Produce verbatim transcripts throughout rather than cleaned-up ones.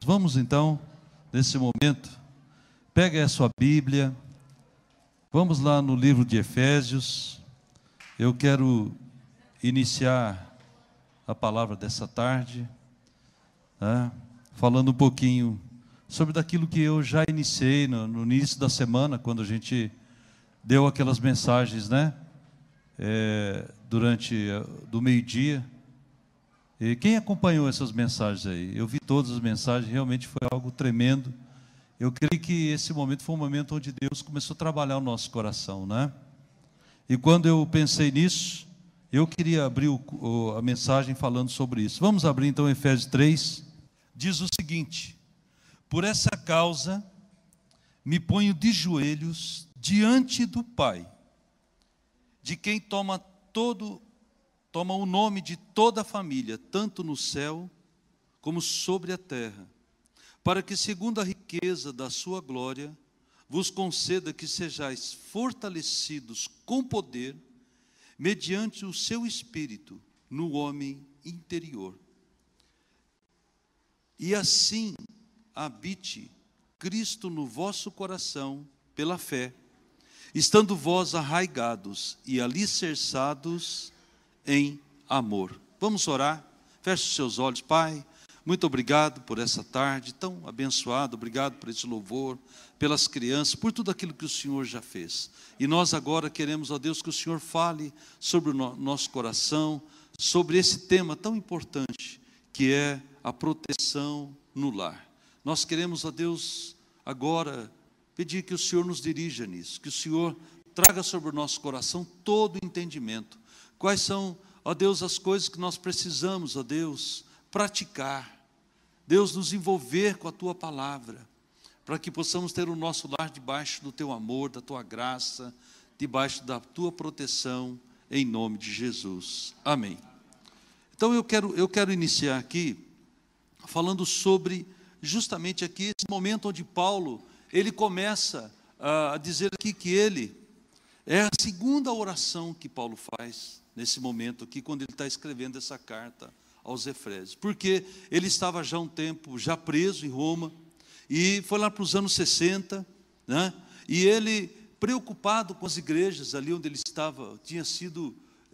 Vamos então, nesse momento, pega a sua Bíblia, vamos lá no livro de Efésios. Eu quero iniciar a palavra dessa tarde, né, falando um pouquinho sobre daquilo que eu já iniciei no, no início da semana, quando a gente deu aquelas mensagens, né, é, durante do meio-dia. E quem acompanhou essas mensagens aí? Eu vi todas as mensagens, realmente foi algo tremendo. Eu creio que esse momento foi um momento onde Deus começou a trabalhar o nosso coração, né? E quando eu pensei nisso, eu queria abrir o, o, a mensagem falando sobre isso. Vamos abrir então Efésios três. Diz o seguinte: por essa causa me ponho de joelhos diante do Pai, de quem toma todo toma o nome de toda a família, tanto no céu como sobre a terra, para que, segundo a riqueza da sua glória, vos conceda que sejais fortalecidos com poder, mediante o seu Espírito, no homem interior. E assim habite Cristo no vosso coração, pela fé, estando vós arraigados e alicerçados em amor. Vamos orar? Feche os seus olhos. Pai, muito obrigado por essa tarde tão abençoada, obrigado por esse louvor, pelas crianças, por tudo aquilo que o Senhor já fez. E nós agora queremos, ó Deus, que o Senhor fale sobre o no- nosso coração, sobre esse tema tão importante, que é a proteção no lar. Nós queremos, ó Deus, agora pedir que o Senhor nos dirija nisso, que o Senhor traga sobre o nosso coração todo o entendimento. Quais são, ó Deus, as coisas que nós precisamos, ó Deus, praticar. Deus, nos envolver com a Tua palavra, para que possamos ter o nosso lar debaixo do Teu amor, da Tua graça, debaixo da Tua proteção, em nome de Jesus. Amém. Então eu quero, eu quero iniciar aqui, falando sobre, justamente aqui, esse momento onde Paulo, ele começa a dizer aqui que ele, é a segunda oração que Paulo faz, nesse momento aqui, quando ele está escrevendo essa carta aos Efésios, porque ele estava já há um tempo, já preso em Roma, e foi lá para os anos sessenta, né? E ele, preocupado com as igrejas, ali onde ele estava, tinha sido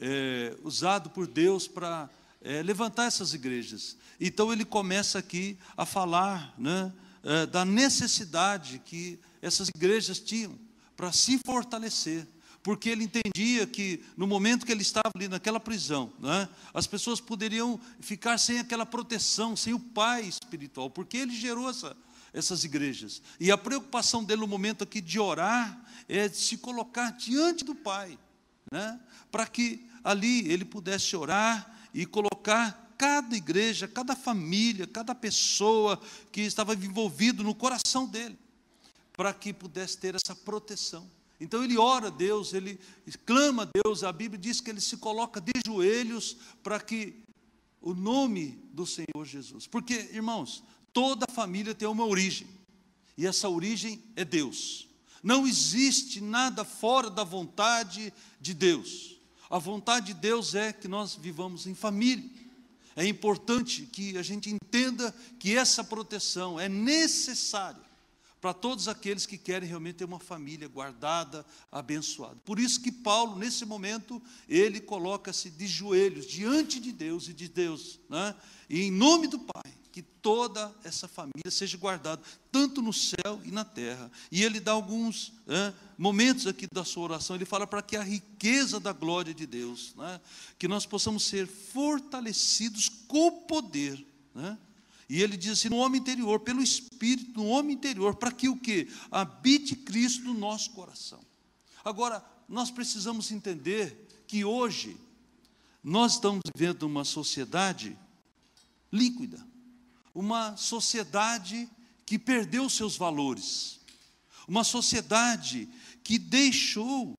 é, usado por Deus para é, levantar essas igrejas. Então ele começa aqui a falar, né, é, da necessidade que essas igrejas tinham para se fortalecer, porque ele entendia que no momento que ele estava ali naquela prisão, né, as pessoas poderiam ficar sem aquela proteção, sem o pai espiritual, porque ele gerou essa, essas igrejas. E a preocupação dele no momento aqui de orar é de se colocar diante do pai, né, para que ali ele pudesse orar e colocar cada igreja, cada família, cada pessoa que estava envolvido no coração dele, para que pudesse ter essa proteção. Então ele ora a Deus, ele clama a Deus. A Bíblia diz que ele se coloca de joelhos para que o nome do Senhor Jesus, porque, irmãos, toda família tem uma origem, e essa origem é Deus. Não existe nada fora da vontade de Deus. A vontade de Deus é que nós vivamos em família. É importante que a gente entenda que essa proteção é necessária para todos aqueles que querem realmente ter uma família guardada, abençoada. Por isso que Paulo, nesse momento, ele coloca-se de joelhos diante de Deus e de Deus, né? E em nome do Pai, que toda essa família seja guardada, tanto no céu e na terra. E ele dá alguns né, momentos aqui da sua oração, ele fala para que a riqueza da glória de Deus, né, que nós possamos ser fortalecidos com poder, né? E ele diz assim, no homem interior, pelo Espírito, no homem interior, para que o quê? Habite Cristo no nosso coração. Agora, nós precisamos entender que hoje, nós estamos vivendo uma sociedade líquida, uma sociedade que perdeu seus valores, uma sociedade que deixou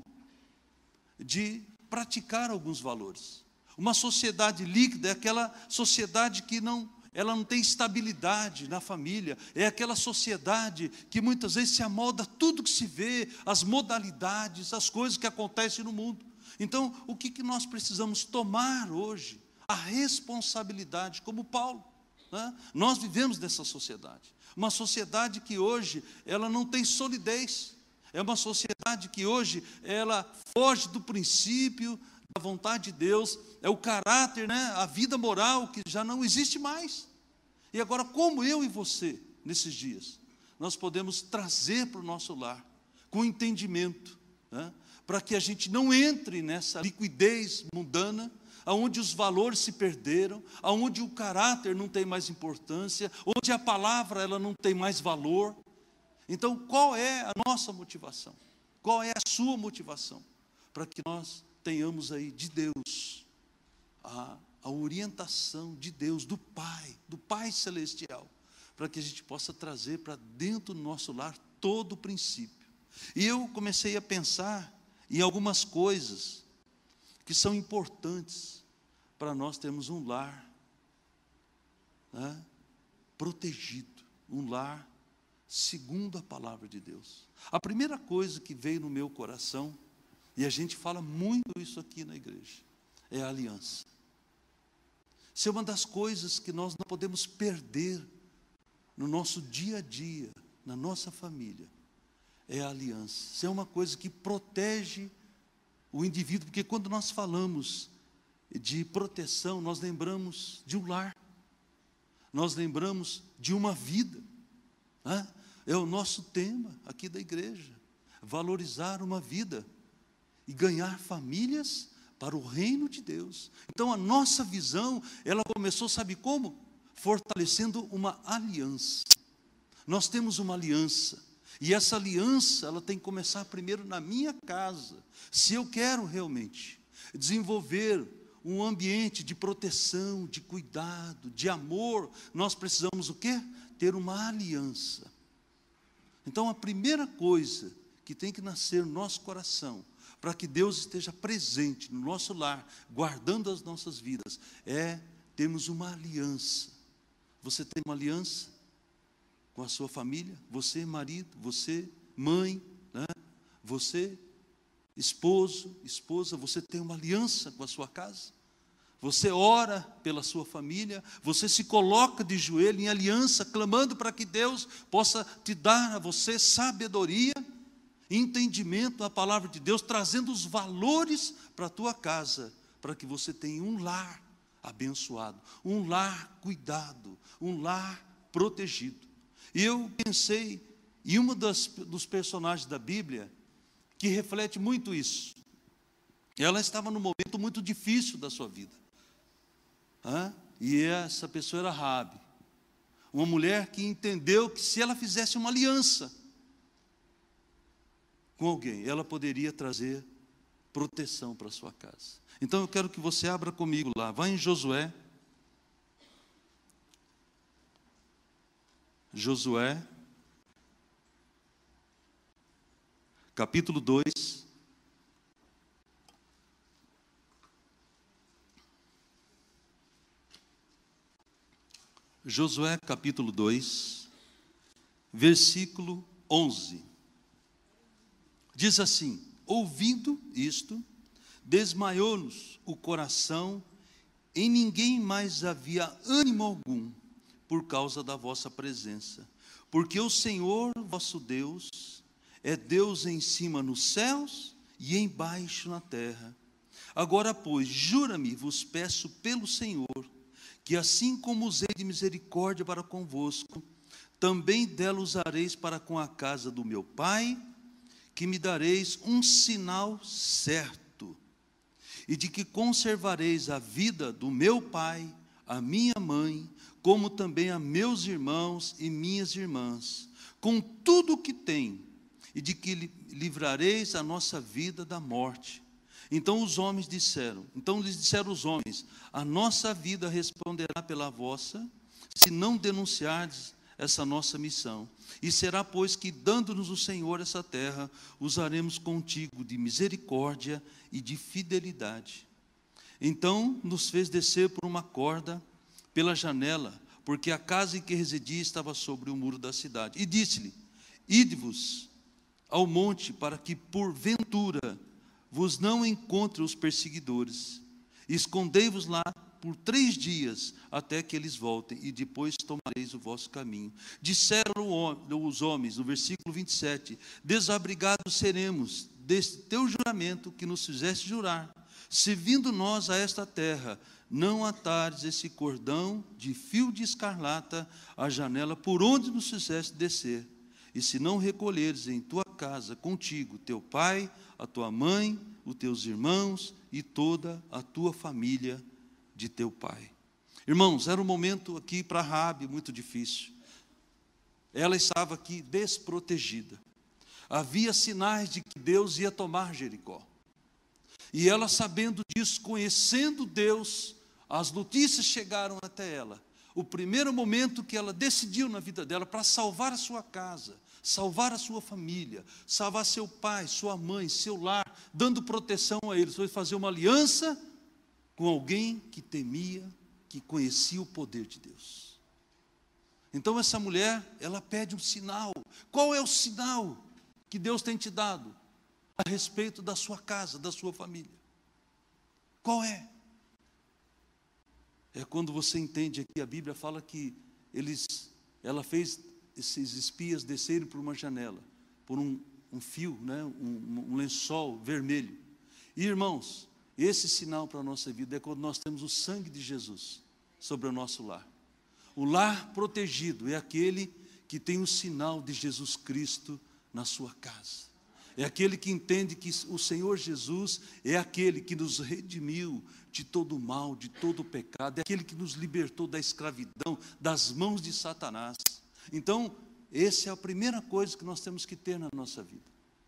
de praticar alguns valores. Uma sociedade líquida é aquela sociedade que não ela não tem estabilidade na família, é aquela sociedade que muitas vezes se amolda tudo que se vê, as modalidades, as coisas que acontecem no mundo. Então, o que, que nós precisamos tomar hoje? A responsabilidade, como Paulo, né? Nós vivemos nessa sociedade, uma sociedade que hoje ela não tem solidez, é uma sociedade que hoje ela foge do princípio da vontade de Deus, é o caráter, né? A vida moral que já não existe mais. E agora, como eu e você, nesses dias, nós podemos trazer para o nosso lar, com entendimento, né? Para que a gente não entre nessa liquidez mundana, onde os valores se perderam, onde o caráter não tem mais importância, onde a palavra ela não tem mais valor. Então, qual é a nossa motivação? Qual é a sua motivação? Para que nós tenhamos aí de Deus a, a orientação de Deus, do Pai, do Pai Celestial, para que a gente possa trazer para dentro do nosso lar todo o princípio. E eu comecei a pensar em algumas coisas que são importantes para nós termos um lar, né, protegido, um lar segundo a palavra de Deus. A primeira coisa que veio no meu coração, e a gente fala muito isso aqui na igreja, é a aliança. Isso é uma das coisas que nós não podemos perder no nosso dia a dia, na nossa família, é a aliança. Isso é uma coisa que protege o indivíduo, porque quando nós falamos de proteção, nós lembramos de um lar, nós lembramos de uma vida, né? É o nosso tema aqui da igreja, valorizar uma vida e ganhar famílias para o reino de Deus. Então a nossa visão, ela começou, sabe como? Fortalecendo uma aliança. Nós temos uma aliança, e essa aliança, ela tem que começar primeiro na minha casa. Se eu quero realmente desenvolver um ambiente de proteção, de cuidado, de amor, nós precisamos o quê? Ter uma aliança. Então a primeira coisa que tem que nascer no nosso coração, para que Deus esteja presente no nosso lar, guardando as nossas vidas, é termos uma aliança. Você tem uma aliança com a sua família? Você, marido, você, mãe, né? Você, esposo, esposa, você tem uma aliança com a sua casa? Você ora pela sua família, você se coloca de joelho em aliança, clamando para que Deus possa te dar a você sabedoria, entendimento da palavra de Deus, trazendo os valores para a tua casa, para que você tenha um lar abençoado, um lar cuidado, um lar protegido. E eu pensei em uma das, dos personagens da Bíblia que reflete muito isso. Ela estava num momento muito difícil da sua vida. Ah, e essa pessoa era Raabe, uma mulher que entendeu que se ela fizesse uma aliança com alguém, ela poderia trazer proteção para a sua casa. Então eu quero que você abra comigo lá, vai em Josué, Josué, capítulo dois, Josué capítulo dois, versículo onze, diz assim: ouvindo isto, desmaiou-nos o coração, em ninguém mais havia ânimo algum, por causa da vossa presença, porque o Senhor vosso Deus é Deus em cima nos céus e embaixo na terra. Agora, pois, jura-me, vos peço pelo Senhor, que assim como usei de misericórdia para convosco, também dela usareis para com a casa do meu pai, que me dareis um sinal certo, e de que conservareis a vida do meu pai, a minha mãe, como também a meus irmãos e minhas irmãs, com tudo o que tem, e de que livrareis a nossa vida da morte. Então os homens disseram, então lhes disseram os homens: a nossa vida responderá pela vossa, se não denunciardes essa nossa missão. E será, pois, que dando-nos o Senhor essa terra, usaremos contigo de misericórdia e de fidelidade. Então nos fez descer por uma corda pela janela, porque a casa em que residia estava sobre o muro da cidade. E disse-lhe: ide-vos ao monte, para que porventura vos não encontre os perseguidores. Escondei-vos lá por três dias, até que eles voltem, e depois tomareis o vosso caminho. Disseram os homens, no versículo vinte e sete, desabrigados seremos deste teu juramento que nos fizeste jurar, se vindo nós a esta terra, não atares esse cordão de fio de escarlata à janela por onde nos fizeste descer, e se não recolheres em tua casa contigo teu pai, a tua mãe, os teus irmãos e toda a tua família de teu pai. Irmãos, era um momento aqui para Raabe muito difícil. Ela estava aqui desprotegida. Havia sinais de que Deus ia tomar Jericó. E ela, sabendo disso, conhecendo Deus, as notícias chegaram até ela. O primeiro momento que ela decidiu na vida dela para salvar a sua casa, salvar a sua família, salvar seu pai, sua mãe, seu lar, dando proteção a eles, foi fazer uma aliança com alguém que temia, que conhecia o poder de Deus. Então essa mulher, ela pede um sinal. Qual é o sinal que Deus tem te dado a respeito da sua casa, da sua família? Qual é? É quando você entende aqui, a Bíblia fala que eles, ela fez esses espias descerem por uma janela, por um, um fio, né, um, um lençol vermelho. E irmãos, esse sinal para a nossa vida é quando nós temos o sangue de Jesus sobre o nosso lar. O lar protegido é aquele que tem o sinal de Jesus Cristo na sua casa. É aquele que entende que o Senhor Jesus é aquele que nos redimiu de todo o mal, de todo o pecado, é aquele que nos libertou da escravidão, das mãos de Satanás. Então, essa é a primeira coisa que nós temos que ter na nossa vida.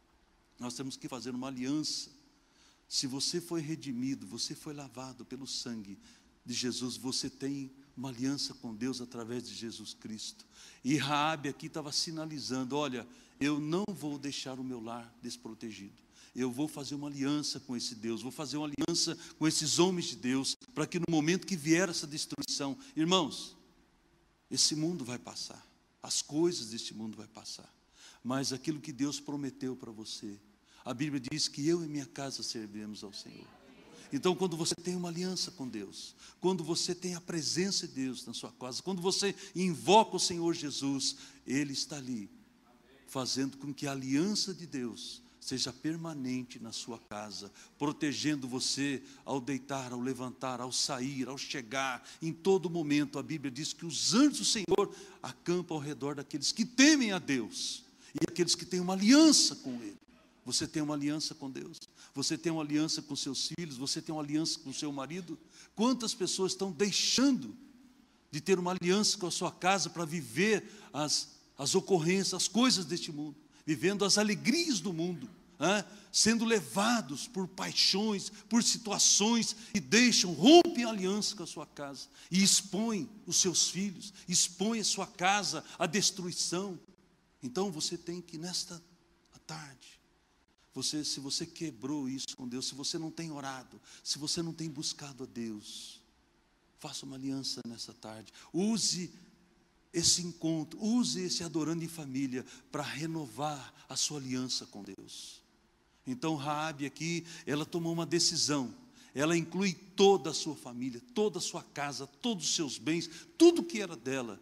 Nós temos que fazer uma aliança. Se você foi redimido, você foi lavado pelo sangue de Jesus, você tem uma aliança com Deus através de Jesus Cristo. E Raabe aqui estava sinalizando, olha, eu não vou deixar o meu lar desprotegido. Eu vou fazer uma aliança com esse Deus, vou fazer uma aliança com esses homens de Deus, para que no momento que vier essa destruição, irmãos, esse mundo vai passar, as coisas deste mundo vai passar, mas aquilo que Deus prometeu para você, a Bíblia diz que eu e minha casa serviremos ao Senhor. Então, quando você tem uma aliança com Deus, quando você tem a presença de Deus na sua casa, quando você invoca o Senhor Jesus, Ele está ali, fazendo com que a aliança de Deus seja permanente na sua casa, protegendo você ao deitar, ao levantar, ao sair, ao chegar, em todo momento. A Bíblia diz que os anjos do Senhor acampam ao redor daqueles que temem a Deus, e aqueles que têm uma aliança com Ele. Você tem uma aliança com Deus? Você tem uma aliança com seus filhos? Você tem uma aliança com seu marido? Quantas pessoas estão deixando de ter uma aliança com a sua casa para viver as, as ocorrências, as coisas deste mundo, vivendo as alegrias do mundo, hein? Sendo levados por paixões, por situações, e deixam, rompem a aliança com a sua casa, e expõem os seus filhos, expõem a sua casa à destruição. Então você tem que, nesta tarde, Você, se você quebrou isso com Deus, se você não tem orado, se você não tem buscado a Deus, faça uma aliança nessa tarde. Use esse encontro, use esse adorando em família para renovar a sua aliança com Deus. Então Raabe aqui, ela tomou uma decisão. Ela inclui toda a sua família, toda a sua casa, todos os seus bens, tudo que era dela.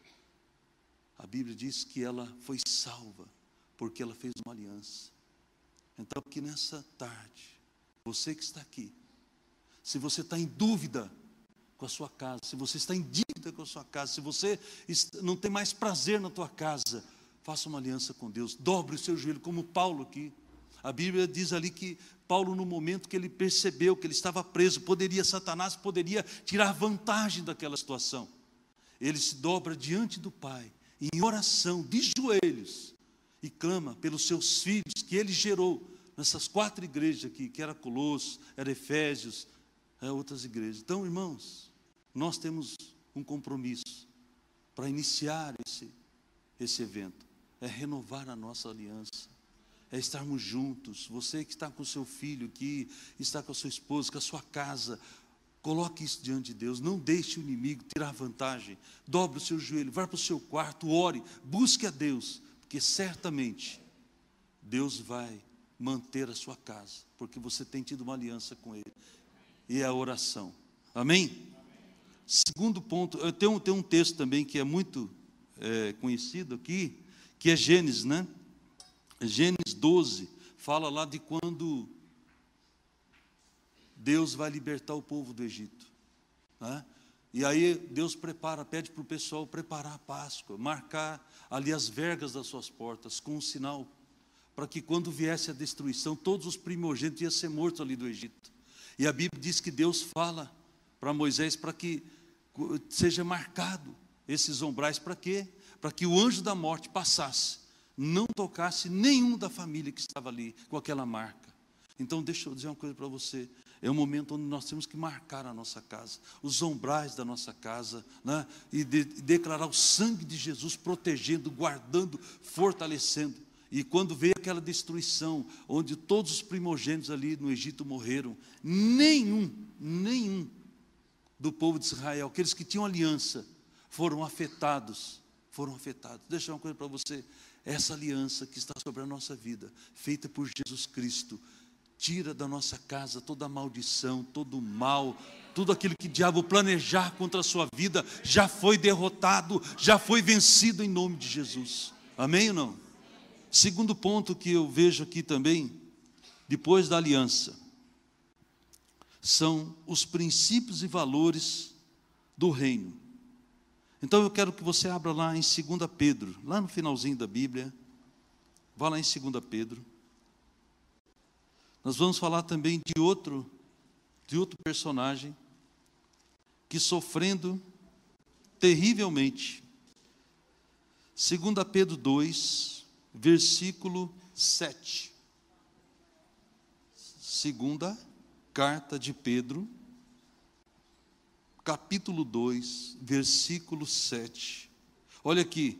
A Bíblia diz que ela foi salva porque ela fez uma aliança. Então, aqui nessa tarde, você que está aqui, se você está em dúvida com a sua casa, se você está em dívida com a sua casa, se você não tem mais prazer na tua casa, faça uma aliança com Deus, dobre o seu joelho, como Paulo aqui. A Bíblia diz ali que Paulo, no momento que ele percebeu que ele estava preso, poderia, Satanás poderia tirar vantagem daquela situação. Ele se dobra diante do Pai, em oração, de joelhos, e clama pelos seus filhos que ele gerou nessas quatro igrejas aqui, que era Colossos, era Efésios, é, outras igrejas. Então, irmãos, nós temos um compromisso para iniciar esse, esse evento, é renovar a nossa aliança, é estarmos juntos. Você que está com o seu filho aqui, está com a sua esposa, com a sua casa, coloque isso diante de Deus, não deixe o inimigo tirar vantagem, dobre o seu joelho, vá para o seu quarto, ore, busque a Deus, porque certamente Deus vai manter a sua casa, porque você tem tido uma aliança com Ele, e é a oração. Amém? segundo ponto, tem um, tem um texto também que é muito é, conhecido aqui, que é Gênesis, né? Gênesis doze, fala lá de quando Deus vai libertar o povo do Egito, né? E aí Deus prepara, pede para o pessoal preparar a Páscoa, marcar ali as vergas das suas portas com um sinal, para que quando viesse a destruição, todos os primogênitos iam ser mortos ali do Egito. E a Bíblia diz que Deus fala para Moisés para que seja marcado esses umbrais, para quê? Para que o anjo da morte passasse, não tocasse nenhum da família que estava ali com aquela marca. Então deixa eu dizer uma coisa para você, é um momento onde nós temos que marcar a nossa casa, os umbrais da nossa casa, né? E de, declarar o sangue de Jesus protegendo, guardando, fortalecendo. E quando veio aquela destruição, onde todos os primogênitos ali no Egito morreram, nenhum, nenhum do povo de Israel, aqueles que tinham aliança, foram afetados, foram afetados. Deixa eu dizer uma coisa para você, essa aliança que está sobre a nossa vida, feita por Jesus Cristo, tira da nossa casa toda a maldição, todo o mal, tudo aquilo que o diabo planejar contra a sua vida, já foi derrotado, já foi vencido em nome de Jesus. Amém ou não? Segundo ponto que eu vejo aqui também, depois da aliança, são os princípios e valores do reino. Então eu quero que você abra lá em segunda Pedro, lá no finalzinho da Bíblia, vá lá em segunda Pedro. Nós vamos falar também de outro, de outro personagem que sofrendo terrivelmente. segunda Pedro dois, versículo sete. Segunda carta de Pedro, capítulo dois, versículo sete. Olha aqui.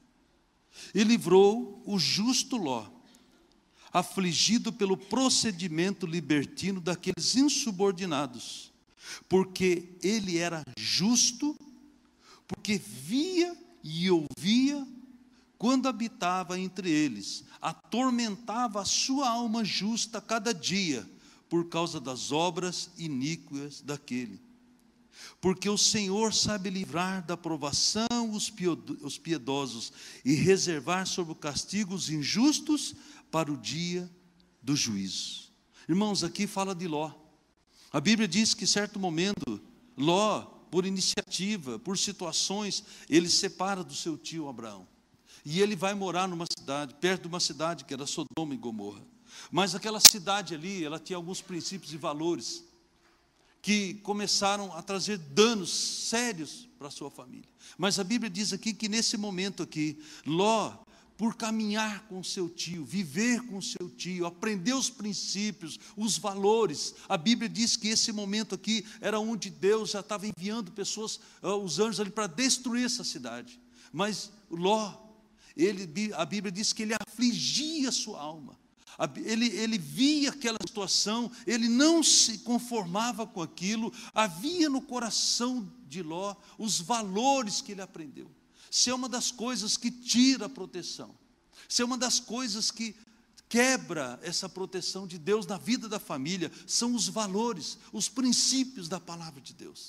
E livrou o justo Ló, afligido pelo procedimento libertino daqueles insubordinados, porque ele era justo, porque via e ouvia quando habitava entre eles, atormentava a sua alma justa cada dia, por causa das obras iníquas daquele. Porque o Senhor sabe livrar da provação os piedosos e reservar sob o castigo os injustos para o dia do juízo. Irmãos, aqui fala de Ló. A Bíblia diz que em certo momento, Ló, por iniciativa, por situações, ele se separa do seu tio Abraão. E ele vai morar numa cidade, perto de uma cidade que era Sodoma e Gomorra. Mas aquela cidade ali, ela tinha alguns princípios e valores que começaram a trazer danos sérios para a sua família. Mas a Bíblia diz aqui que nesse momento aqui, Ló, por caminhar com seu tio, viver com seu tio, aprender os princípios, os valores, a Bíblia diz que esse momento aqui era onde Deus já estava enviando pessoas, os anjos ali para destruir essa cidade. Mas Ló, ele, a Bíblia diz que ele afligia a sua alma. Ele, ele via aquela situação, ele não se conformava com aquilo, havia no coração de Ló os valores que ele aprendeu. Se é uma das coisas que tira a proteção, se é uma das coisas que quebra essa proteção de Deus na vida da família, são os valores, os princípios da palavra de Deus.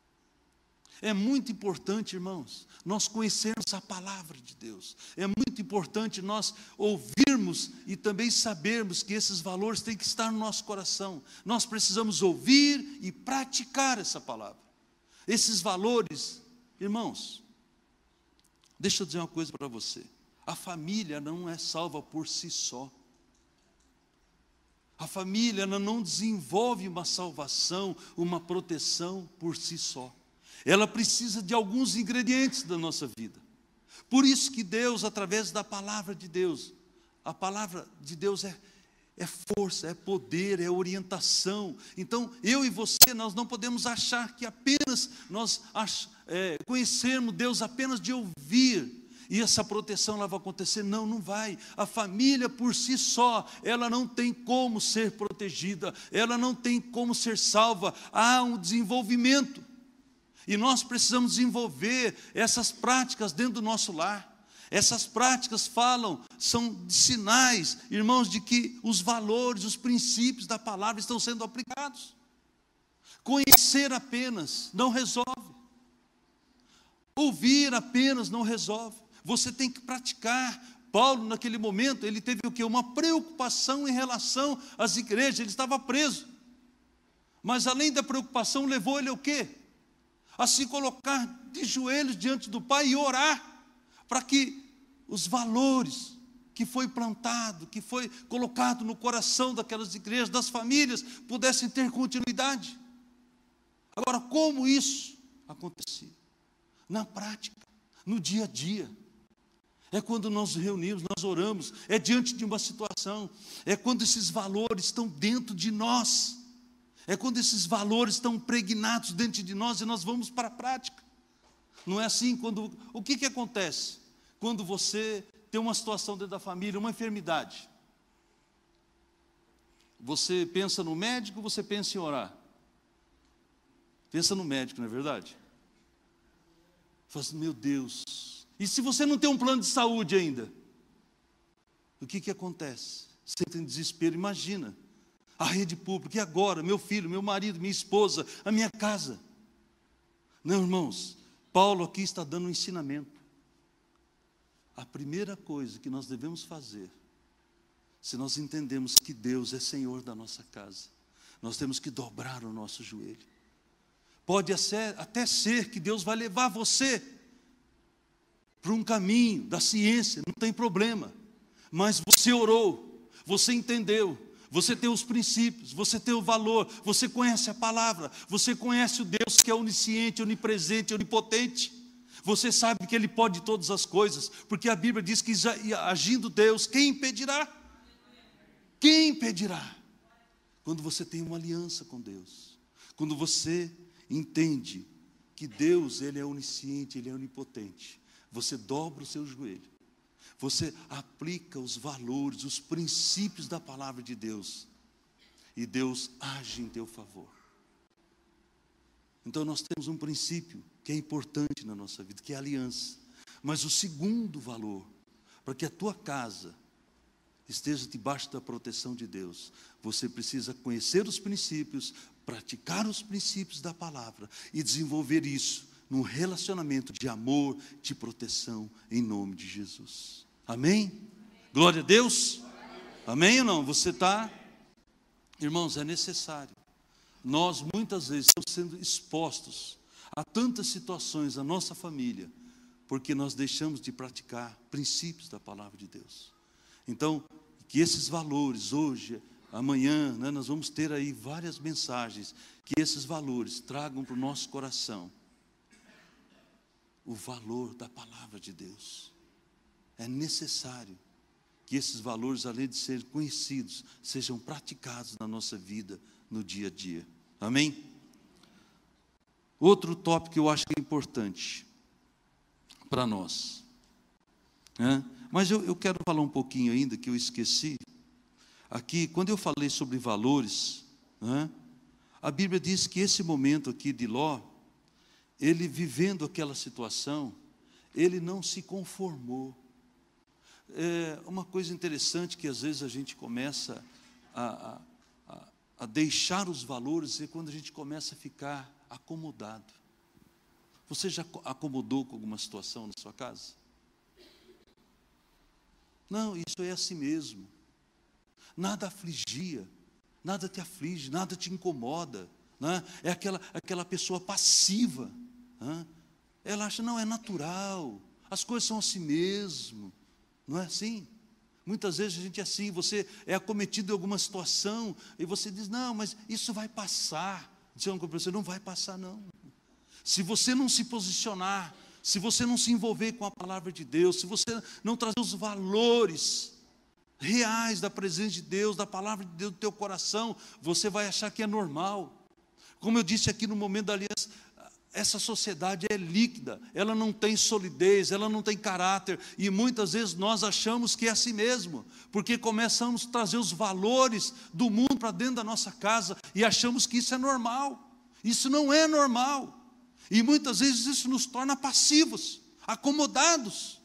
É muito importante, irmãos, nós conhecermos a palavra de Deus. É muito importante nós ouvirmos e também sabermos que esses valores têm que estar no nosso coração. Nós precisamos ouvir e praticar essa palavra. Esses valores, irmãos, deixa eu dizer uma coisa para você. A família não é salva por si só. A família não desenvolve uma salvação, uma proteção por si só. Ela precisa de alguns ingredientes da nossa vida. Por isso que Deus, através da palavra de Deus, a palavra de Deus é, é força, é poder, é orientação. Então, eu e você, nós não podemos achar que apenas nós ach, é, conhecermos Deus apenas de ouvir, e essa proteção ela vai acontecer. Não, não vai. A família por si só, ela não tem como ser protegida, ela não tem como ser salva. Há um desenvolvimento. E nós precisamos desenvolver essas práticas dentro do nosso lar. Essas práticas falam, são sinais, irmãos, de que os valores, os princípios da palavra estão sendo aplicados. Conhecer apenas não resolve. Ouvir apenas não resolve. Você tem que praticar. Paulo, naquele momento, ele teve o quê? Uma preocupação em relação às igrejas. Ele estava preso. Mas além da preocupação, levou ele o quê? A se colocar de joelhos diante do Pai e orar, para que os valores que foi plantado, que foi colocado no coração daquelas igrejas, das famílias, pudessem ter continuidade. Agora, como isso acontecia? Na prática, no dia a dia. É quando nós nos reunimos, nós oramos, é diante de uma situação, é quando esses valores estão dentro de nós, é quando esses valores estão impregnados dentro de nós e nós vamos para a prática. Não é assim? Quando, o que, que acontece? Quando você tem uma situação dentro da família, uma enfermidade, você pensa no médico, você pensa em orar? Pensa no médico, não é verdade? Fala assim, meu Deus, e se você não tem um plano de saúde ainda? O que que acontece? Você entra em desespero, imagina, a rede pública, e agora? Meu filho, meu marido, minha esposa, a minha casa. Não, irmãos, Paulo aqui está dando um ensinamento. A primeira coisa que nós devemos fazer, se nós entendemos que Deus é Senhor da nossa casa, nós temos que dobrar o nosso joelho. Pode até ser que Deus vai levar você para um caminho da ciência, não tem problema. Mas você orou, você entendeu, você tem os princípios, você tem o valor, você conhece a palavra, você conhece o Deus que é onisciente, onipresente, onipotente. Você sabe que Ele pode todas as coisas, porque a Bíblia diz que agindo Deus, quem impedirá? Quem impedirá? Quando você tem uma aliança com Deus, quando você entende que Deus, Ele é onisciente, Ele é onipotente, você dobra o seu joelho, você aplica os valores, os princípios da palavra de Deus, e Deus age em teu favor. Então nós temos um princípio que é importante na nossa vida, que é a aliança. Mas o segundo valor, para que a tua casa esteja debaixo da proteção de Deus, você precisa conhecer os princípios, praticar os princípios da palavra e desenvolver isso num relacionamento de amor, de proteção, em nome de Jesus. Amém? Glória a Deus? Amém ou não? Você está? Irmãos, é necessário. Nós muitas vezes estamos sendo expostos a tantas situações na nossa família, porque nós deixamos de praticar princípios da palavra de Deus. Então, que esses valores hoje, amanhã, né, nós vamos ter aí várias mensagens, que esses valores tragam para o nosso coração o valor da palavra de Deus. É necessário que esses valores, além de serem conhecidos, sejam praticados na nossa vida, no dia a dia. Amém? Outro tópico que eu acho que é importante para nós, né? Mas eu, eu quero falar um pouquinho ainda, que eu esqueci. Aqui, quando eu falei sobre valores, né, a Bíblia diz que esse momento aqui de Ló, ele vivendo aquela situação, ele não se conformou. É uma coisa interessante que às vezes a gente começa a, a, a deixar os valores, é quando a gente começa a ficar acomodado. Você já acomodou com alguma situação na sua casa? Não, isso é assim mesmo. Nada afligia, nada te aflige, nada te incomoda, né? É aquela, aquela pessoa passiva, né? Ela acha, não, é natural, as coisas são assim mesmo, não é assim? Muitas vezes a gente é assim, você é acometido de alguma situação, e você diz, não, mas isso vai passar. Diz para você, não vai passar não. Se você não se posicionar, se você não se envolver com a palavra de Deus, se você não trazer os valores reais da presença de Deus, da palavra de Deus no teu coração, você vai achar que é normal. Como eu disse aqui no momento da aliança, essa sociedade é líquida, ela não tem solidez, ela não tem caráter, e muitas vezes nós achamos que é assim mesmo, porque começamos a trazer os valores do mundo para dentro da nossa casa, e achamos que isso é normal. Isso não é normal, e muitas vezes isso nos torna passivos, acomodados.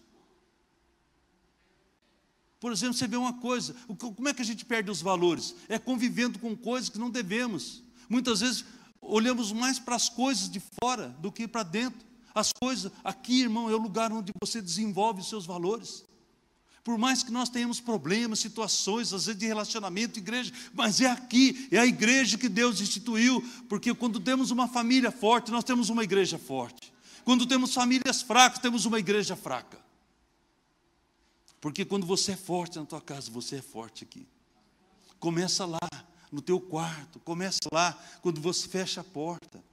Por exemplo, você vê uma coisa, como é que a gente perde os valores? É convivendo com coisas que não devemos. Muitas vezes olhamos mais para as coisas de fora do que para dentro. As coisas, aqui, irmão, é o lugar onde você desenvolve os seus valores. Por mais que nós tenhamos problemas, situações, às vezes de relacionamento, igreja, mas é aqui, é a igreja que Deus instituiu, porque quando temos uma família forte, nós temos uma igreja forte. Quando temos famílias fracas, temos uma igreja fraca. Porque quando você é forte na tua casa, você é forte aqui. Começa lá, no teu quarto, começa lá, quando você fecha a porta.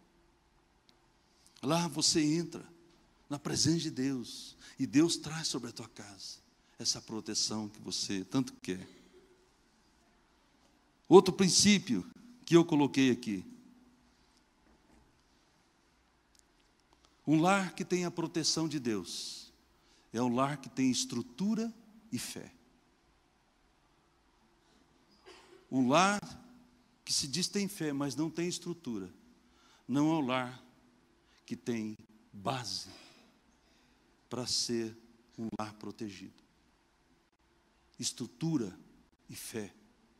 Lá você entra na presença de Deus, e Deus traz sobre a tua casa essa proteção que você tanto quer. Outro princípio que eu coloquei aqui. Um lar que tem a proteção de Deus é um lar que tem estrutura e fé. Um lar que se diz tem fé, mas não tem estrutura, não é um lar que tem base para ser um lar protegido. Estrutura e fé.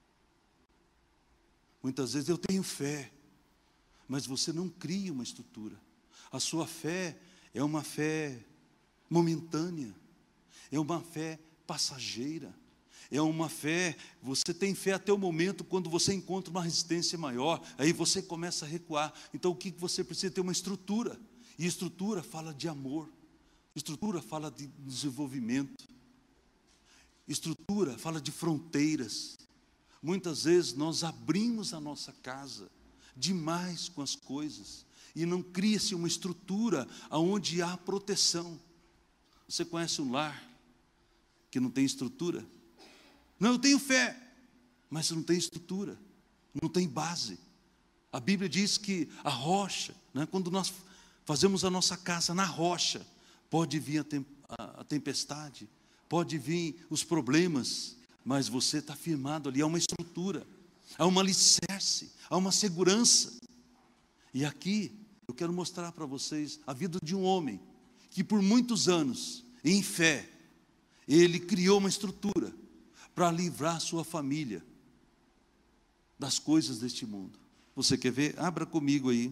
Muitas vezes eu tenho fé, mas você não cria uma estrutura. A sua fé é uma fé momentânea, é uma fé passageira, é uma fé, você tem fé até o momento quando você encontra uma resistência maior, aí você começa a recuar. Então o que você precisa? Ter uma estrutura, e estrutura fala de amor, estrutura fala de desenvolvimento, estrutura fala de fronteiras. Muitas vezes nós abrimos a nossa casa demais com as coisas, e não cria-se uma estrutura onde há proteção. Você conhece um lar que não tem estrutura? Não, eu tenho fé, mas não tem estrutura, não tem base. A Bíblia diz que a rocha, né, quando nós fazemos a nossa casa na rocha, pode vir a, tem, a, a tempestade, pode vir os problemas, mas você está firmado ali, há uma estrutura, há um alicerce, há uma segurança. E aqui eu quero mostrar para vocês a vida de um homem que por muitos anos, em fé, ele criou uma estrutura para livrar sua família das coisas deste mundo. Você quer ver? Abra comigo aí,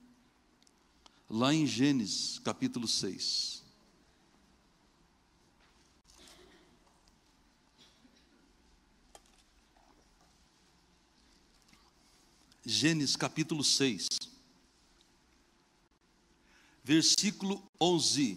lá em Gênesis capítulo seis. Gênesis capítulo seis, versículo onze,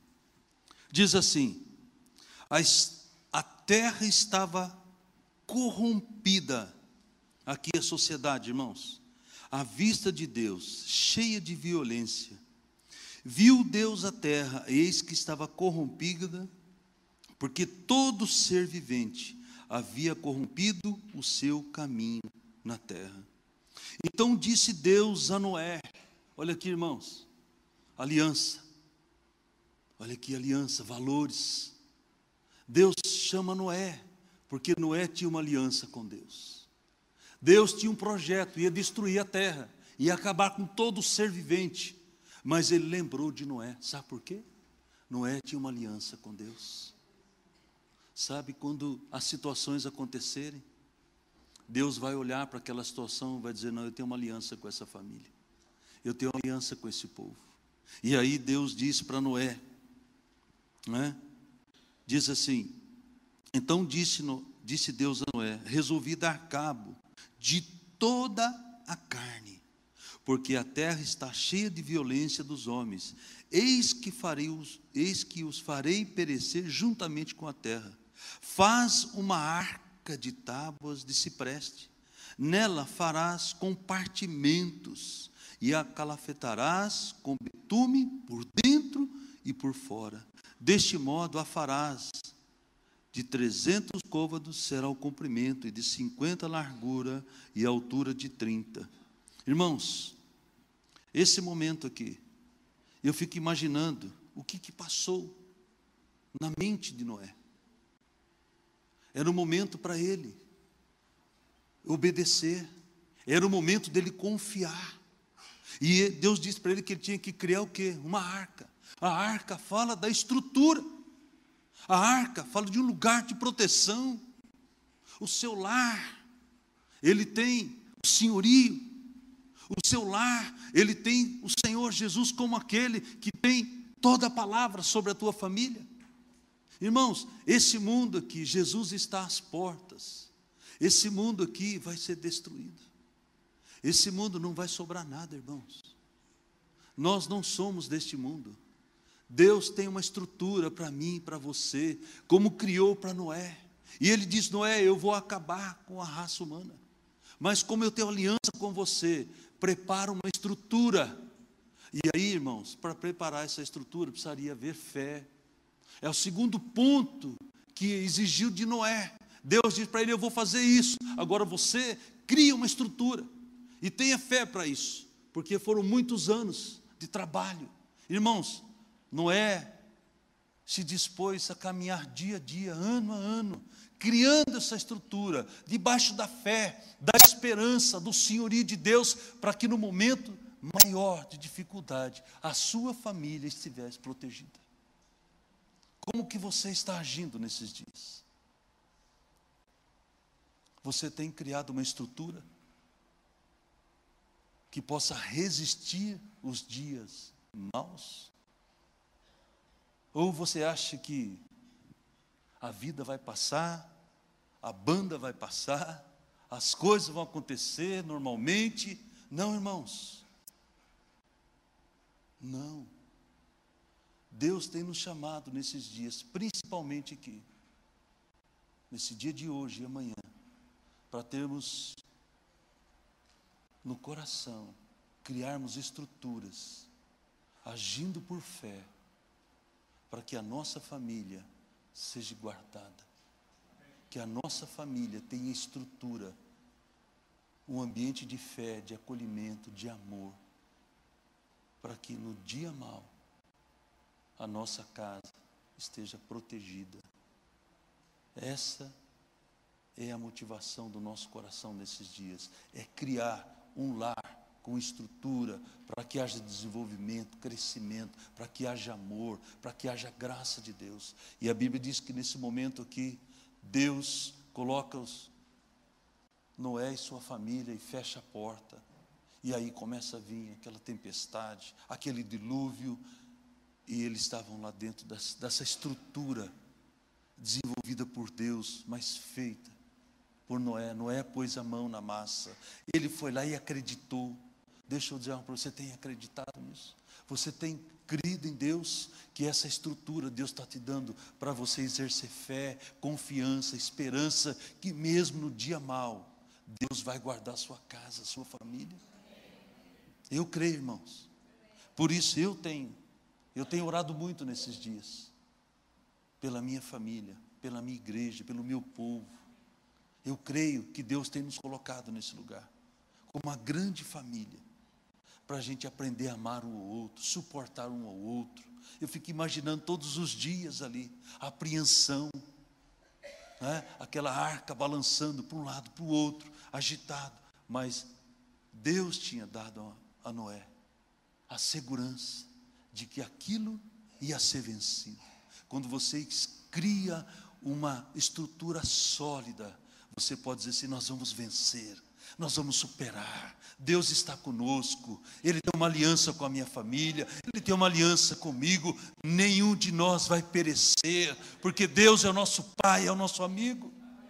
diz assim: a, a terra estava corrompida, aqui é a sociedade, irmãos, à vista de Deus, cheia de violência. Viu Deus a terra, eis que estava corrompida, porque todo ser vivente havia corrompido o seu caminho na terra. Então disse Deus a Noé, olha aqui, irmãos, aliança, olha aqui, aliança, valores. Deus chama Noé, porque Noé tinha uma aliança com Deus. Deus tinha um projeto, ia destruir a terra, ia acabar com todo ser vivente, mas ele lembrou de Noé. Sabe por quê? Noé tinha uma aliança com Deus. Sabe, quando as situações acontecerem, Deus vai olhar para aquela situação e vai dizer: não, eu tenho uma aliança com essa família, eu tenho uma aliança com esse povo. E aí Deus disse para Noé, né? Diz assim: então disse, disse Deus a Noé: resolvi dar cabo de toda a carne, porque a terra está cheia de violência dos homens. Eis que, farei os, eis que os farei perecer juntamente com a terra. Faz uma arca de tábuas de cipreste, nela farás compartimentos, e a calafetarás com betume por dentro e por fora. Deste modo a farás. De trezentos côvados será o comprimento, e de cinquenta a largura, e a altura de trinta. Irmãos, esse momento aqui, eu fico imaginando o que, que passou na mente de Noé. Era o momento para ele obedecer, era o momento dele confiar. E Deus disse para ele que ele tinha que criar o quê? Uma arca. A arca fala da estrutura, a arca fala de um lugar de proteção. O seu lar, ele tem o senhorio, O seu lar, ele tem o Senhor Jesus como aquele que tem toda a palavra sobre a tua família. Irmãos, esse mundo aqui, Jesus está às portas. Esse mundo aqui vai ser destruído. Esse mundo não vai sobrar nada, irmãos. Nós não somos deste mundo. Deus tem uma estrutura para mim e para você, como criou para Noé. E ele diz: Noé, eu vou acabar com a raça humana, mas como eu tenho aliança com você, prepara uma estrutura. E aí, irmãos, para preparar essa estrutura, precisaria haver fé. É o segundo ponto que exigiu de Noé. Deus diz para ele: eu vou fazer isso. Agora você cria uma estrutura e tenha fé para isso, porque foram muitos anos de trabalho. Irmãos, Noé se dispôs a caminhar dia a dia, ano a ano, criando essa estrutura, debaixo da fé, da esperança, do senhorio de Deus, para que no momento maior de dificuldade, a sua família estivesse protegida. Como que você está agindo nesses dias? Você tem criado uma estrutura que possa resistir os dias maus? Ou você acha que a vida vai passar, a banda vai passar, as coisas vão acontecer normalmente? Não, irmãos. Não. Deus tem nos chamado nesses dias, principalmente aqui, nesse dia de hoje e amanhã, para termos no coração, criarmos estruturas, agindo por fé, para que a nossa família seja guardada, que a nossa família tenha estrutura, um ambiente de fé, de acolhimento, de amor, para que no dia mau, a nossa casa esteja protegida. Essa é a motivação do nosso coração nesses dias, é criar um lar com estrutura, para que haja desenvolvimento, crescimento, para que haja amor, para que haja graça de Deus. E a Bíblia diz que nesse momento aqui, Deus coloca os Noé e sua família e fecha a porta, e aí começa a vir aquela tempestade, aquele dilúvio, e eles estavam lá dentro dessa, dessa estrutura desenvolvida por Deus, mas feita por Noé. Noé pôs a mão na massa, ele foi lá e acreditou. Deixa eu dizer uma para você: tem acreditado nisso? Você tem crido em Deus, que essa estrutura Deus está te dando para você exercer fé, confiança, esperança, que mesmo no dia mau, Deus vai guardar a sua casa, a sua família? Eu creio, irmãos. Por isso eu tenho, eu tenho orado muito nesses dias, pela minha família, pela minha igreja, pelo meu povo. Eu creio que Deus tem nos colocado nesse lugar, como uma grande família, para a gente aprender a amar um ao outro, suportar um ao outro. Eu fico imaginando todos os dias ali, a apreensão, né? Aquela arca balançando para um lado, para o outro, agitado. Mas Deus tinha dado a Noé a segurança de que aquilo ia ser vencido. Quando você cria uma estrutura sólida, você pode dizer assim: nós vamos vencer, nós vamos superar, Deus está conosco, Ele tem uma aliança com a minha família, Ele tem uma aliança comigo, nenhum de nós vai perecer, porque Deus é o nosso Pai, é o nosso amigo.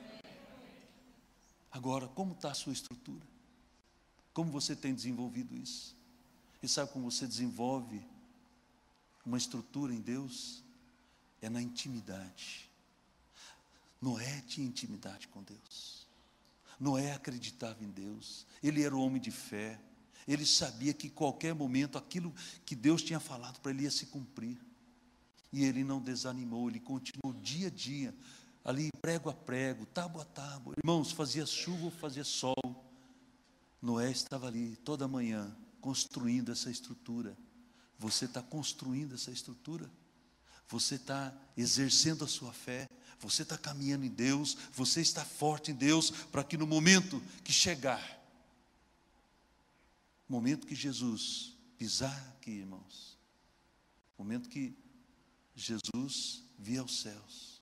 Agora, como está a sua estrutura? Como você tem desenvolvido isso? E sabe como você desenvolve uma estrutura em Deus? É na intimidade. Noé tinha intimidade com Deus. Noé acreditava em Deus. Ele era um homem de fé. Ele sabia que em qualquer momento aquilo que Deus tinha falado para ele ia se cumprir. E ele não desanimou, ele continuou dia a dia, ali prego a prego, tábua a tábua. Irmãos, fazia chuva ou fazia sol, Noé estava ali toda manhã construindo essa estrutura. Você está construindo essa estrutura? Você está exercendo a sua fé? Você está caminhando em Deus? Você está forte em Deus, para que no momento que chegar, momento que Jesus pisar aqui, irmãos, momento que Jesus vir aos céus,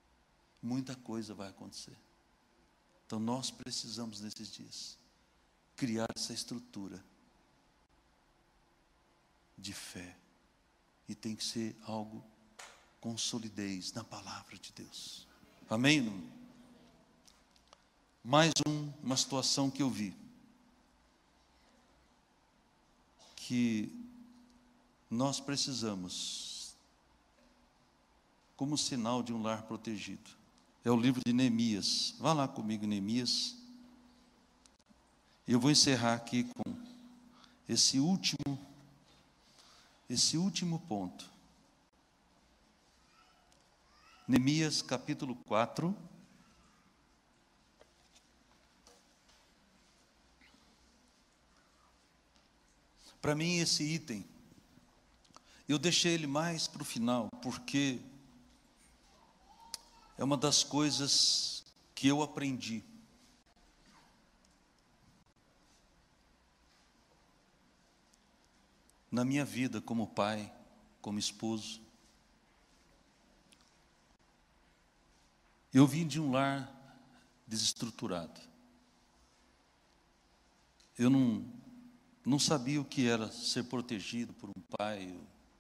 muita coisa vai acontecer. Então nós precisamos nesses dias criar essa estrutura de fé. E tem que ser algo com solidez na palavra de Deus. Amém? Não? Mais um, uma situação que eu vi. Que nós precisamos, como sinal de um lar protegido. É o livro de Neemias. Vá lá comigo, Neemias. Eu vou encerrar aqui com esse último, esse último ponto. Neemias capítulo quatro. Para mim esse item, eu deixei ele mais para o final, porque é uma das coisas que eu aprendi. Na minha vida como pai, como esposo. Eu vim de um lar desestruturado. Eu não, não sabia o que era ser protegido por um pai.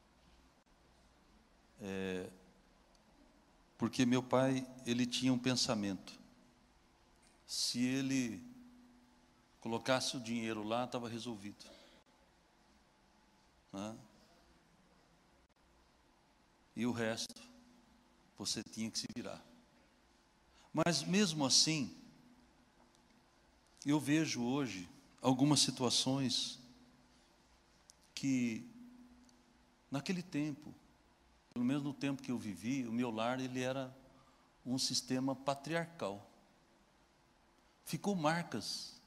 É, porque meu pai, ele tinha um pensamento. Se ele colocasse o dinheiro lá, estava resolvido. Né? E o resto, você tinha que se virar. Mas mesmo assim, eu vejo hoje algumas situações que, naquele tempo, pelo menos no tempo que eu vivi, o meu lar ele era um sistema patriarcal. Ficou marcas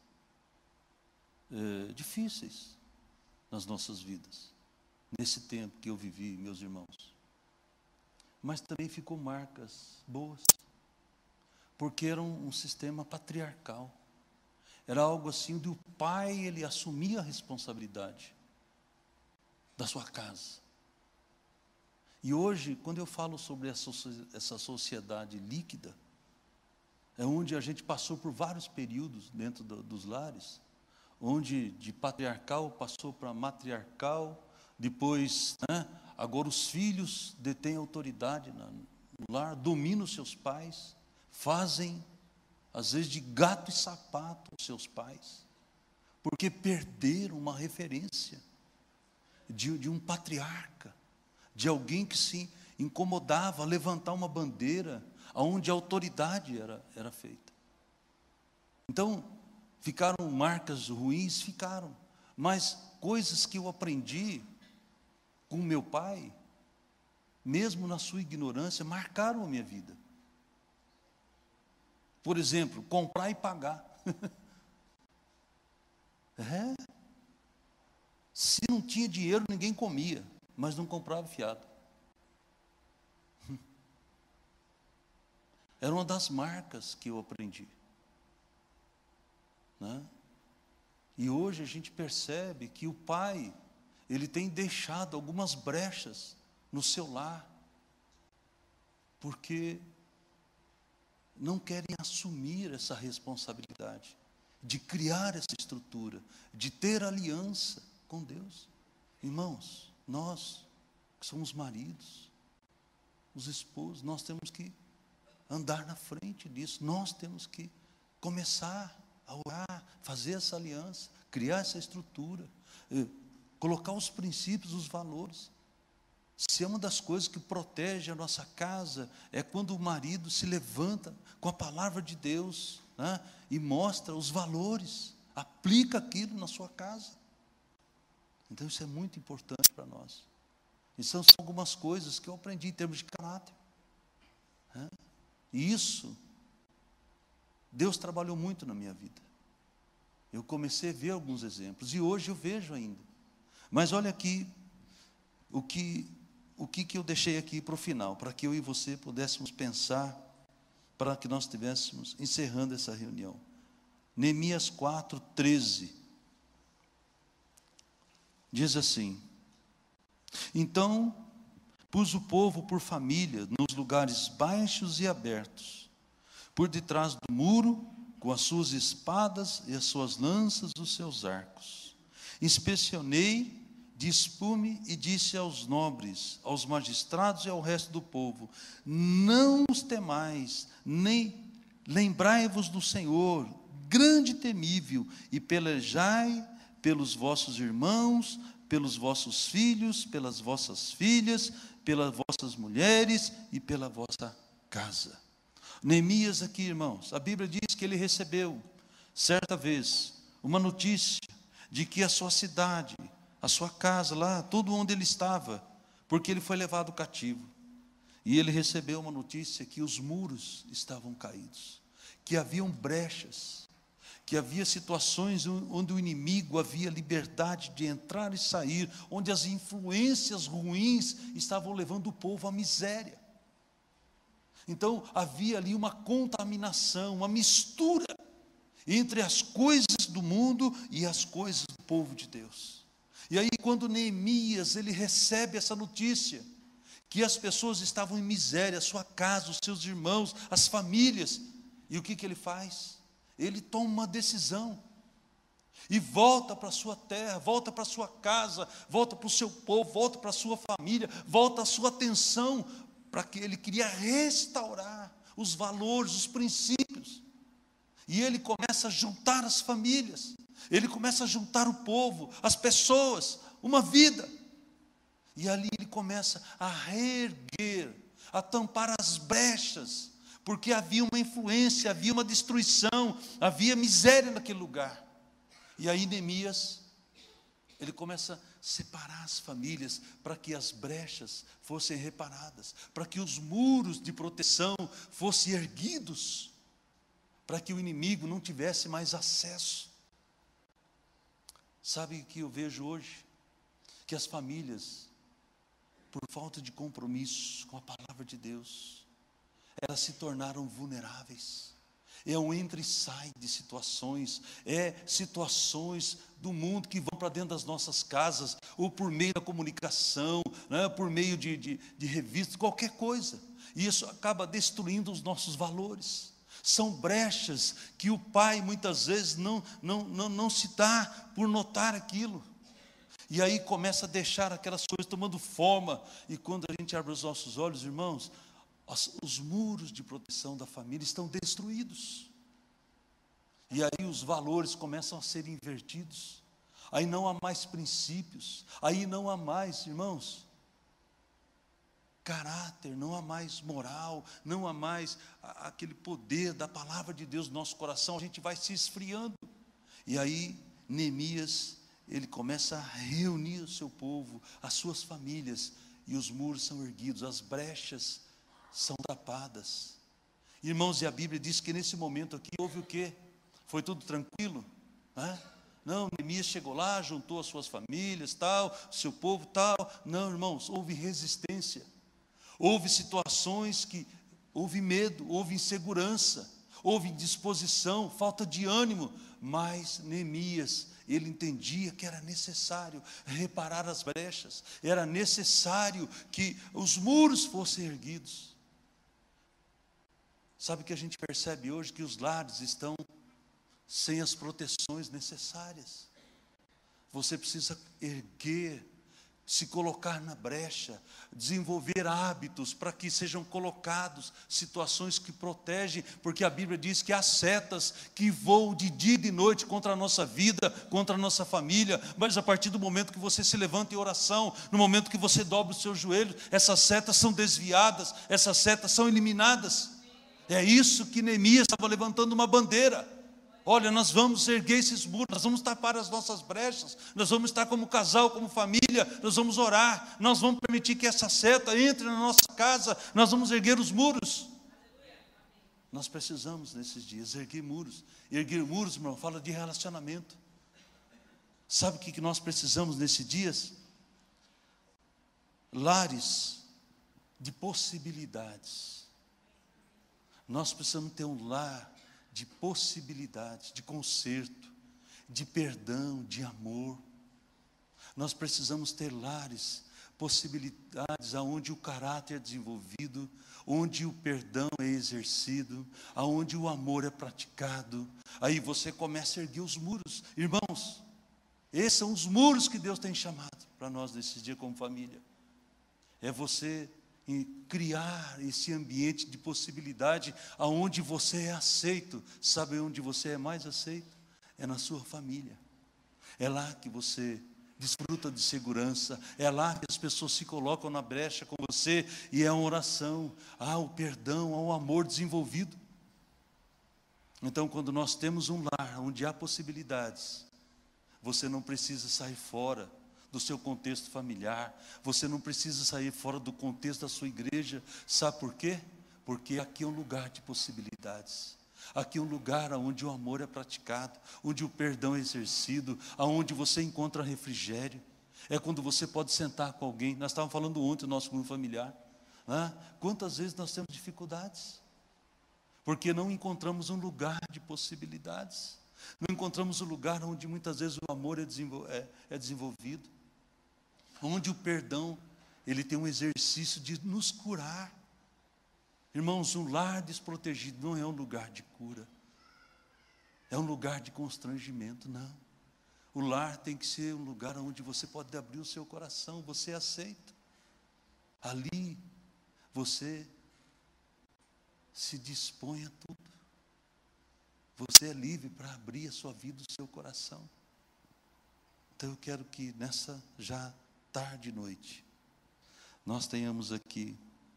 é, difíceis nas nossas vidas, nesse tempo que eu vivi, meus irmãos. Mas também ficou marcas boas, porque era um, um sistema patriarcal. Era algo assim onde o pai ele assumia a responsabilidade da sua casa. E hoje, quando eu falo sobre essa, essa sociedade líquida, é onde a gente passou por vários períodos dentro do, dos lares, onde de patriarcal passou para matriarcal, depois, né, agora os filhos detêm autoridade no lar, dominam os seus pais, fazem, às vezes, de gato e sapato os seus pais, porque perderam uma referência de, de um patriarca, de alguém que se incomodava a levantar uma bandeira onde a autoridade era, era feita. Então, ficaram marcas ruins, ficaram, mas coisas que eu aprendi com meu pai, mesmo na sua ignorância, marcaram a minha vida. Por exemplo, comprar e pagar. É. Se não tinha dinheiro, ninguém comia, mas não comprava fiado. Era uma das marcas que eu aprendi. Né? E hoje a gente percebe que o pai, ele tem deixado algumas brechas no seu lar, porque não querem assumir essa responsabilidade de criar essa estrutura, de ter aliança com Deus. Irmãos, nós que somos maridos, os esposos, nós temos que andar na frente disso, nós temos que começar a orar, fazer essa aliança, criar essa estrutura, colocar os princípios, os valores. Se é uma das coisas que protege a nossa casa, é quando o marido se levanta com a palavra de Deus, né, e mostra os valores, aplica aquilo na sua casa. Então isso é muito importante para nós. E são algumas coisas que eu aprendi em termos de caráter. Né? E isso, Deus trabalhou muito na minha vida. Eu comecei a ver alguns exemplos, e hoje eu vejo ainda. Mas olha aqui, o que, o que, que eu deixei aqui para o final, para que eu e você pudéssemos pensar, para que nós estivéssemos encerrando essa reunião. Neemias quatro, treze. Diz assim: então pus o povo por família nos lugares baixos e abertos, por detrás do muro com as suas espadas e as suas lanças, os seus arcos. Inspecionei, dispus-me e disse aos nobres, aos magistrados e ao resto do povo: não os temais, nem lembrai-vos do Senhor, grande e temível, e pelejai pelos vossos irmãos, pelos vossos filhos, pelas vossas filhas, pelas vossas mulheres e pela vossa casa. Neemias aqui, irmãos, a Bíblia diz que ele recebeu, certa vez, uma notícia de que a sua cidade, a sua casa lá, tudo onde ele estava, porque ele foi levado cativo. E ele recebeu uma notícia que os muros estavam caídos, que haviam brechas, que havia situações onde o inimigo havia liberdade de entrar e sair, onde as influências ruins estavam levando o povo à miséria. Então havia ali uma contaminação, uma mistura entre as coisas do mundo e as coisas do povo de Deus. E aí, quando Neemias ele recebe essa notícia, que as pessoas estavam em miséria, a sua casa, os seus irmãos, as famílias, e o que, que ele faz? Ele toma uma decisão, e volta para a sua terra, volta para a sua casa, volta para o seu povo, volta para a sua família, volta a sua atenção, para que ele queria restaurar os valores, os princípios, e ele começa a juntar as famílias, ele começa a juntar o povo, as pessoas, uma vida, e ali ele começa a reerguer, a tampar as brechas, porque havia uma influência, havia uma destruição, havia miséria naquele lugar. E aí Neemias, ele começa a separar as famílias, para que as brechas fossem reparadas, para que os muros de proteção fossem erguidos, para que o inimigo não tivesse mais acesso. Sabe o que eu vejo hoje? Que as famílias, por falta de compromisso com a palavra de Deus, elas se tornaram vulneráveis. É um entra e sai de situações, é situações do mundo que vão para dentro das nossas casas, ou por meio da comunicação, né, por meio de, de, de revistas, qualquer coisa, e isso acaba destruindo os nossos valores. São brechas que o pai muitas vezes não, não, não, não se dá por notar aquilo, e aí começa a deixar aquelas coisas tomando forma, e quando a gente abre os nossos olhos, irmãos, Os, os muros de proteção da família estão destruídos, e aí os valores começam a ser invertidos, aí não há mais princípios, aí não há mais, irmãos, caráter, não há mais moral, não há mais a, aquele poder da palavra de Deus no nosso coração, a gente vai se esfriando, e aí Neemias, ele começa a reunir o seu povo, as suas famílias, e os muros são erguidos, as brechas são tapadas. Irmãos, e a Bíblia diz que nesse momento aqui houve o quê? Foi tudo tranquilo? Né? Não, Neemias chegou lá, juntou as suas famílias, tal, seu povo, tal. Não, irmãos, houve resistência, houve situações que, houve medo, houve insegurança, houve indisposição, falta de ânimo, mas Neemias, ele entendia que era necessário reparar as brechas, era necessário que os muros fossem erguidos. Sabe o que a gente percebe hoje? Que os lares estão sem as proteções necessárias. Você precisa erguer, se colocar na brecha, desenvolver hábitos para que sejam colocados situações que protegem, porque a Bíblia diz que há setas que voam de dia e de noite contra a nossa vida, contra a nossa família, mas a partir do momento que você se levanta em oração, no momento que você dobra os seus joelhos, essas setas são desviadas, essas setas são eliminadas. É isso que Neemias estava levantando uma bandeira. Olha, nós vamos erguer esses muros, nós vamos tapar as nossas brechas, nós vamos estar como casal, como família, nós vamos orar, nós vamos permitir que essa seta entre na nossa casa, nós vamos erguer os muros. Nós precisamos nesses dias erguer muros. Erguer muros, irmão, fala de relacionamento. Sabe o que nós precisamos nesses dias? Lares de possibilidades. Nós precisamos ter um lar de possibilidades, de conserto, de perdão, de amor. Nós precisamos ter lares possibilidades aonde o caráter é desenvolvido, onde o perdão é exercido, aonde o amor é praticado. Aí você começa a erguer os muros. Irmãos, esses são os muros que Deus tem chamado para nós nesse dia como família. É você criar esse ambiente de possibilidade aonde você é aceito. Sabe onde você é mais aceito? É na sua família. É lá que você desfruta de segurança, é lá que as pessoas se colocam na brecha com você, e é uma oração, há o perdão, há o amor desenvolvido. Então, quando nós temos um lar onde há possibilidades, você não precisa sair fora do seu contexto familiar, você não precisa sair fora do contexto da sua igreja. Sabe por quê? Porque aqui é um lugar de possibilidades. Aqui é um lugar onde o amor é praticado, onde o perdão é exercido, onde você encontra refrigério. É quando você pode sentar com alguém. Nós estávamos falando ontem do nosso grupo familiar, né? Quantas vezes nós temos dificuldades? Porque não encontramos um lugar de possibilidades. Não encontramos um lugar onde muitas vezes o amor é, desenvol- é, é desenvolvido. Onde o perdão, ele tem um exercício de nos curar. Irmãos, um lar desprotegido não é um lugar de cura, é um lugar de constrangimento, não. O lar tem que ser um lugar onde você pode abrir o seu coração, você é aceito. Ali, você se dispõe a tudo. Você é livre para abrir a sua vida, o seu coração. Então eu quero que nessa já tarde e noite, nós tenhamos aqui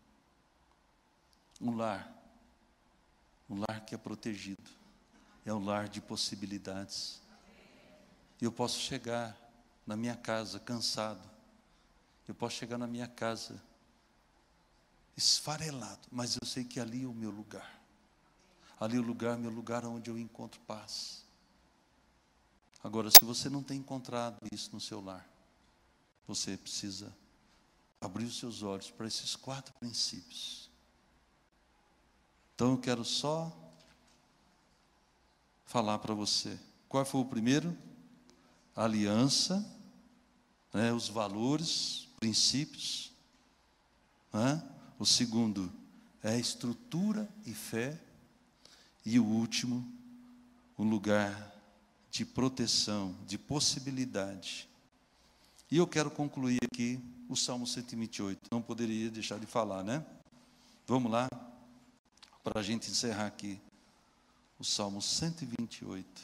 um lar, um lar que é protegido, é um lar de possibilidades. Eu posso chegar na minha casa cansado, eu posso chegar na minha casa esfarelado, mas eu sei que ali é o meu lugar. Ali é o lugar, meu lugar onde eu encontro paz. Agora, se você não tem encontrado isso no seu lar, você precisa abrir os seus olhos para esses quatro princípios. Então eu quero só falar para você. Qual foi o primeiro? A aliança, né, os valores, princípios. Né? O segundo é a estrutura e fé. E o último, um lugar de proteção, de possibilidade. E eu quero concluir aqui o Salmo cento e vinte e oito. Não poderia deixar de falar, né? Vamos lá, para a gente encerrar aqui o Salmo cento e vinte e oito.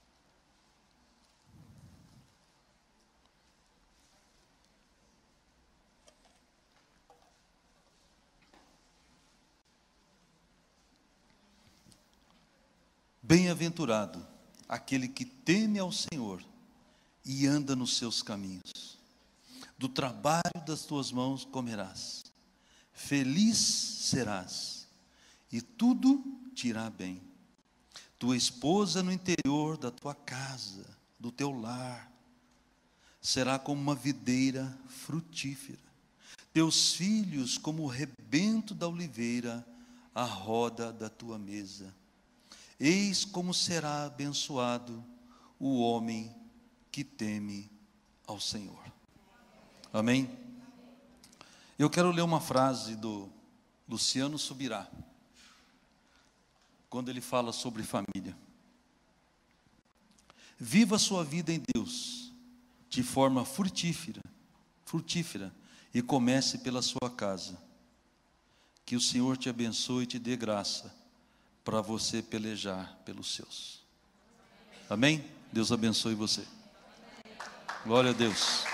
Bem-aventurado aquele que teme ao Senhor e anda nos seus caminhos. Do trabalho das tuas mãos comerás. Feliz serás e tudo te irá bem. Tua esposa no interior da tua casa, do teu lar, será como uma videira frutífera. Teus filhos como o rebento da oliveira, à roda da tua mesa. Eis como será abençoado o homem que teme ao Senhor. Amém? Eu quero ler uma frase do Luciano Subirá, quando ele fala sobre família. Viva a sua vida em Deus de forma frutífera, frutífera, e comece pela sua casa. Que o Senhor te abençoe e te dê graça para você pelejar pelos seus. Amém? Deus abençoe você. Glória a Deus.